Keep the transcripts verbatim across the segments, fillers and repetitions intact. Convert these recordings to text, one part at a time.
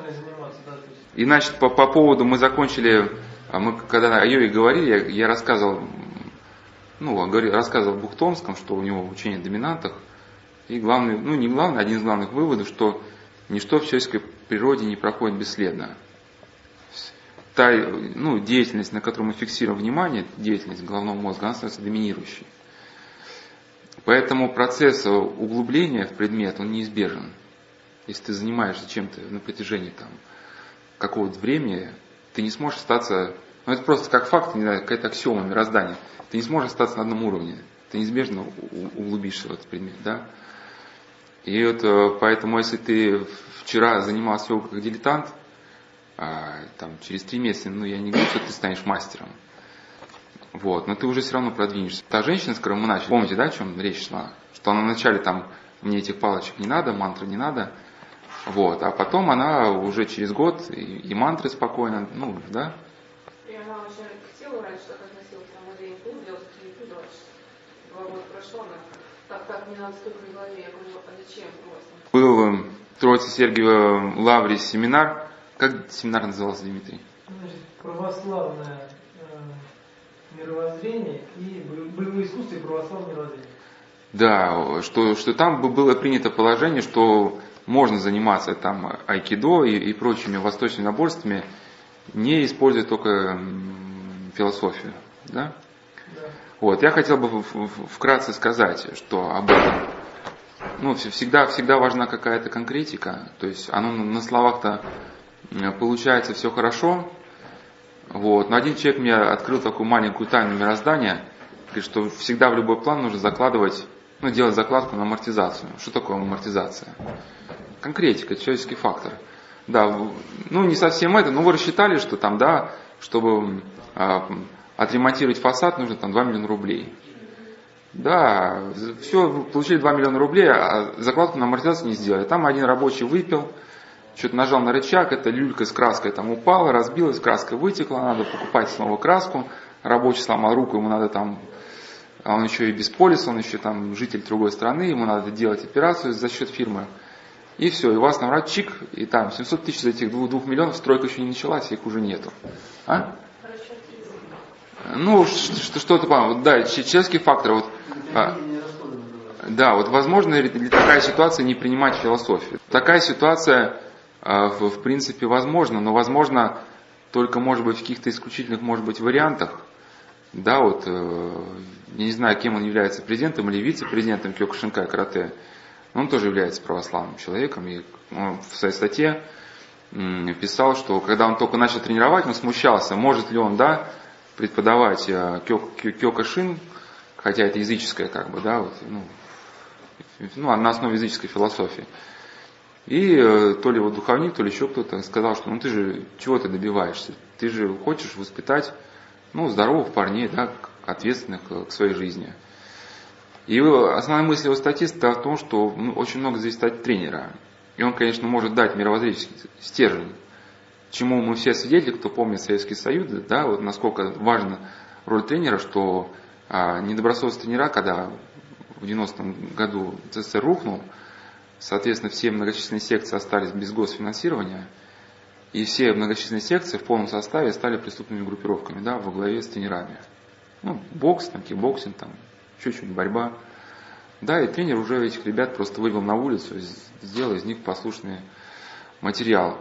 можно и заниматься, да. То есть... И значит, по, по поводу мы закончили, мы когда о йоге говорили, я, я рассказывал, ну, говорил, рассказывал Бухтомском, что у него учение о доминантах. И главный, ну не главный, один из главных выводов, что ничто в человеческой природе не проходит бесследно. Та, ну, деятельность, на которую мы фиксируем внимание, деятельность головного мозга, она становится доминирующей. Поэтому процесс углубления в предмет, он неизбежен. Если ты занимаешься чем-то на протяжении там, какого-то времени, ты не сможешь остаться, ну это просто как факт, не знаю, какая-то аксиома мироздания, ты не сможешь остаться на одном уровне, ты неизбежно углубишься в этот предмет, да. И вот поэтому, если ты вчера занимался йогой как дилетант, а, там, через три месяца, ну я не говорю, что ты станешь мастером, вот, но ты уже все равно продвинешься. Та женщина, с которой мы начали, помните, да, о чем речь шла? Что она вначале там, мне этих палочек не надо, мантры не надо, вот, а потом она уже через год и, и мантры спокойно, ну, да. И она уже к телу раньше так относилась, там, уже не делала, не делала, два года прошло, она так, так, не надо столько в голове, я говорю, а зачем просто? Был в Троице-Сергиевой лавре семинар, как семинар назывался, Дмитрий? Значит, православное э, мировоззрение и боевое искусство и православное мировоззрение. Да, что, что там было принято положение, что можно заниматься там айкидо и, и прочими восточными наборствами, не используя только философию. Да? Да. Вот, я хотел бы вкратце сказать, что об этом. Ну, всегда, всегда важна какая-то конкретика, то есть оно на словах-то получается все хорошо. Вот. Но один человек мне открыл такую маленькую тайну мироздания, говорит, что всегда в любой план нужно закладывать, ну, делать закладку на амортизацию. Что такое амортизация? Конкретика, человеческий фактор. Да, ну не совсем это, но вы рассчитали, что там, да, чтобы э, отремонтировать фасад, нужно там два миллиона рублей. Да, все, получили два миллиона рублей, а закладку на амортизацию не сделали. Там один рабочий выпил, что-то нажал на рычаг, эта люлька с краской там упала, разбилась, краска вытекла, надо покупать снова краску. Рабочий сломал руку, ему надо там, а он еще и без полиса, он еще там житель другой страны, ему надо делать операцию за счет фирмы. И все, и у вас там раз чик, и там семьсот тысяч из этих двух, двух миллионов, стройка еще не началась, их уже нету. А? Ну, что-то, вот, да, человеческий фактор. Вот, а, да, вот возможно ли такая ситуация не принимать философию? Такая ситуация, а, в, в принципе, возможна, но возможно только, может быть, в каких-то исключительных, может быть, вариантах. Да, вот, э, я не знаю, кем он является, президентом или вице-президентом Кёкушинкай карате. Он тоже является православным человеком, и он в своей статье м, писал, что когда он только начал тренировать, он смущался, может ли он, да, преподавать э, кё, кё, кёкушин, хотя это языческое, как бы, да, вот, ну, ну, на основе языческой философии. И э, то ли его духовник, то ли еще кто-то сказал, что ну ты же чего ты добиваешься? Ты же хочешь воспитать, ну, здоровых парней, да, ответственных к своей жизни. И основная мысль его статьи состоит в том, что ну, очень много зависит от тренера. И он, конечно, может дать мировоззренческий стержень, чему мы все свидетели, кто помнит Советский Союз, да, вот насколько важна роль тренера, что а, недобросовестные тренера, когда в девяностом году СССР рухнул, соответственно, все многочисленные секции остались без госфинансирования, и все многочисленные секции в полном составе стали преступными группировками, да, во главе с тренерами. Ну, бокс, там, кикбоксинг, там, еще что-нибудь, борьба. Да, и тренер уже этих ребят просто вывел на улицу, сделал из них послушный материал.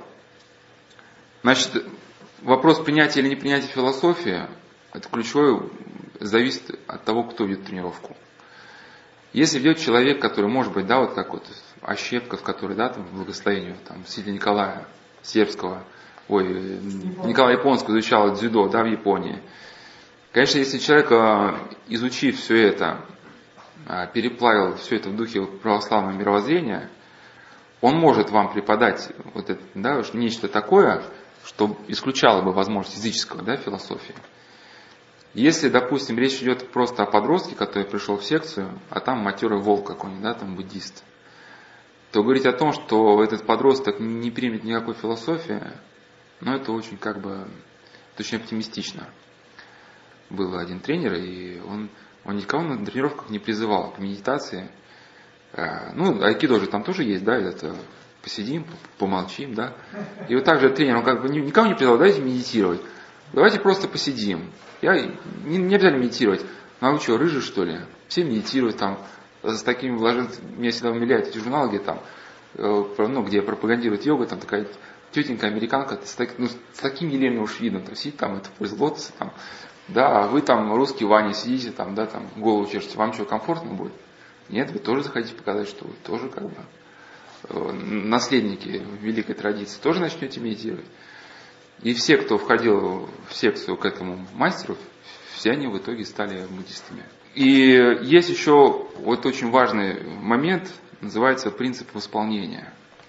Значит, вопрос принятия или не принятия философии, это ключевой, зависит от того, кто ведет тренировку. Если ведет человек, который, может быть, да, вот как вот Ощепков, который, да, там, в благословении, там, святителя Николая Сербского, ой, Николая Японского изучал дзюдо, да, в Японии. Конечно, если человек, изучив все это, переплавил все это в духе православного мировоззрения, он может вам преподать вот это, да, нечто такое, что исключало бы возможность языческого, да, философии. Если, допустим, речь идет просто о подростке, который пришел в секцию, а там матерый волк какой-нибудь, да, там буддист, то говорить о том, что этот подросток не примет никакой философии, ну, это очень как бы, это очень оптимистично. Был один тренер, и он, он никого на тренировках не призывал к медитации. Ну, айкидо же там тоже есть, да, это посидим, помолчим, да. И вот так же тренер, он как бы никому не предлагал, давайте медитировать. Давайте просто посидим. Я, не, не обязательно медитировать. Ну а вы что, рыжий что ли? Все медитируют там, с такими блаженствами. Меня всегда умиляют эти журналы, где там, ну, где пропагандируют йогу, там такая тетенька американка с, так, ну, с таким елейным уж видом, там сидит там, это пояс лотоса, там, да, а вы там, русский Ваня, сидите там, да, там, голову чешете, вам что, комфортно будет? Нет, вы тоже захотите показать, что вы тоже как бы э, наследники великой традиции, тоже начнете медитировать. И все, кто входил в секцию к этому мастеру, все они в итоге стали буддистами. И есть еще вот очень важный момент, называется принцип восполнения.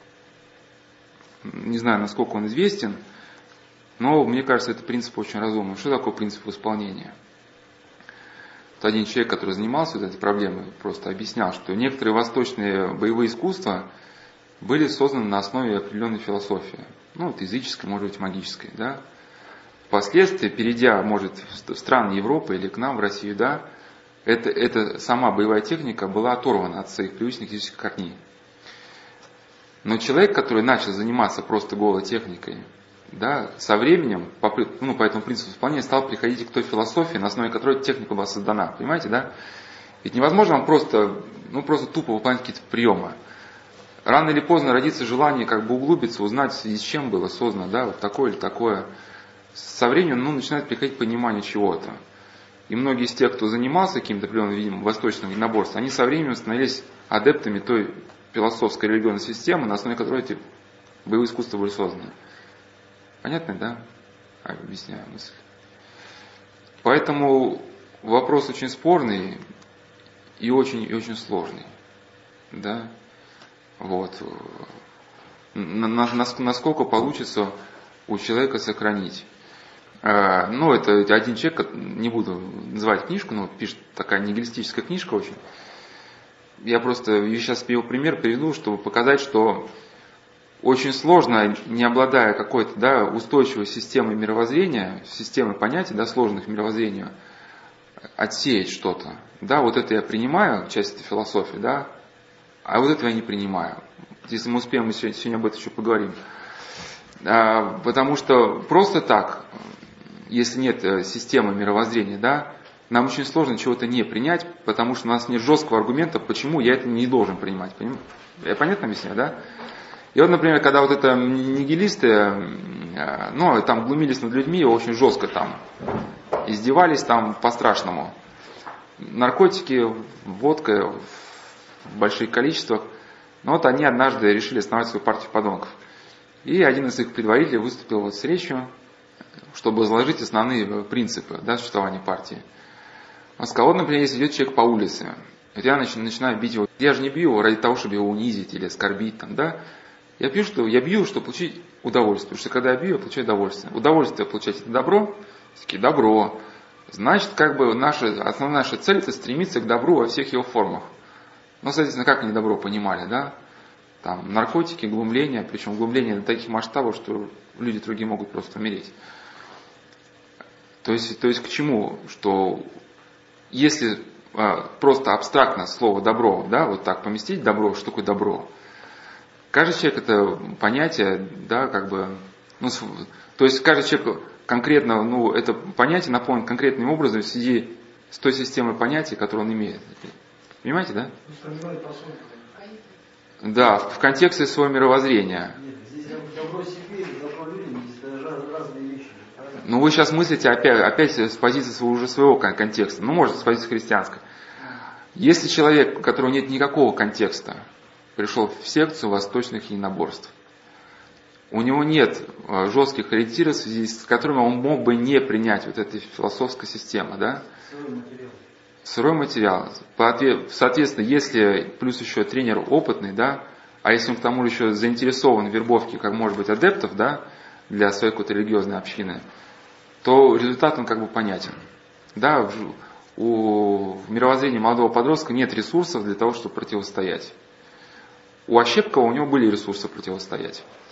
Не знаю, насколько он известен, но мне кажется, этот принцип очень разумный. Что такое принцип восполнения? Вот один человек, который занимался вот этой проблемой, просто объяснял, что некоторые восточные боевые искусства были созданы на основе определенной философии. Ну, вот языческой, может быть, магической, да. Впоследствии, перейдя, может, в страны Европы или к нам, в Россию, да, это, это сама боевая техника была оторвана от своих привычных языческих корней. Но человек, который начал заниматься просто голой техникой, да, со временем, по, ну, по этому принципу исполнения, стал приходить к той философии, на основе которой техника была создана. Понимаете, да? Ведь невозможно вам просто, ну, просто тупо выполнять какие-то приемы. Рано или поздно родится желание как бы углубиться, узнать, в связи с чем было создано, да, вот такое или такое. Со временем, ну, начинает приходить понимание чего-то. И многие из тех, кто занимался каким-то определенным, видимо, восточным единоборством, они со временем становились адептами той философской религиозной системы, на основе которой эти боевые искусства были созданы. Понятно, да? Объясняю мысль. Поэтому вопрос очень спорный и очень, и очень сложный. Да? Вот. Насколько получится у человека сохранить. Ну, это один человек, не буду называть книжку, но пишет такая нигилистическая книжка очень. Я просто сейчас его пример приведу, чтобы показать, что очень сложно, не обладая какой-то, да, устойчивой системой мировоззрения, системой понятий, да, сложных мировоззрения, отсеять что-то. Да, вот это я принимаю, часть этой философии, да, а вот это я не принимаю. Если мы успеем, мы сегодня, сегодня об этом еще поговорим. А, потому что просто так, если нет системы мировоззрения, да, нам очень сложно чего-то не принять, потому что у нас нет жесткого аргумента, почему я это не должен принимать. Поним? Я понятно объясняю, да? И вот, например, когда вот это нигилисты, ну, там глумились над людьми, очень жестко там издевались там по-страшному. Наркотики, водка в больших количествах. Но вот они однажды решили основать свою партию подонков. И один из их предводителей выступил вот с речью, чтобы изложить основные принципы, да, существования партии. Он сказал, вот, например, если идет человек по улице, вот я начинаю бить его. Я же не бью его ради того, чтобы его унизить или оскорбить, там, да. Я бью, что, я бью, чтобы получить удовольствие. Потому что когда я бью, я получаю удовольствие. Удовольствие получать это добро? Такие, добро. Значит, как бы наша, основная наша цель это стремиться к добру во всех его формах. Ну, соответственно, как они добро понимали, да? Там наркотики, глумление, причем глумление до таких масштабов, что люди другие могут просто умереть. То есть, то есть к чему? Что если а, просто абстрактно слово добро, да, вот так поместить добро, что такое добро? Каждый человек это понятие, да, как бы, ну, то есть каждый человек конкретно, ну, это понятие наполнен конкретным образом в связи с той системой понятий, которую он имеет. Понимаете, да? Да, в контексте своего мировоззрения. Нет, здесь добро себе, добро людям, здесь разные вещи. Правильно? Ну, вы сейчас мыслите опять, опять с позиции своего, уже своего контекста, ну, может, с позиции христианской. Если человек, у которого нет никакого контекста, пришел в секцию восточных единоборств, у него нет жестких ориентиров, в связи с которыми он мог бы не принять вот этой философской системы, да? Сырой материал. Сырой материал. Соответственно, если плюс еще тренер опытный, да, а если он к тому же еще заинтересован в вербовке, как может быть, адептов, да, для своей какой-то религиозной общины, то результат он как бы понятен. Да, в, у, в мировоззрении молодого подростка нет ресурсов для того, чтобы противостоять. У Ощепкова у него были ресурсы противостоять.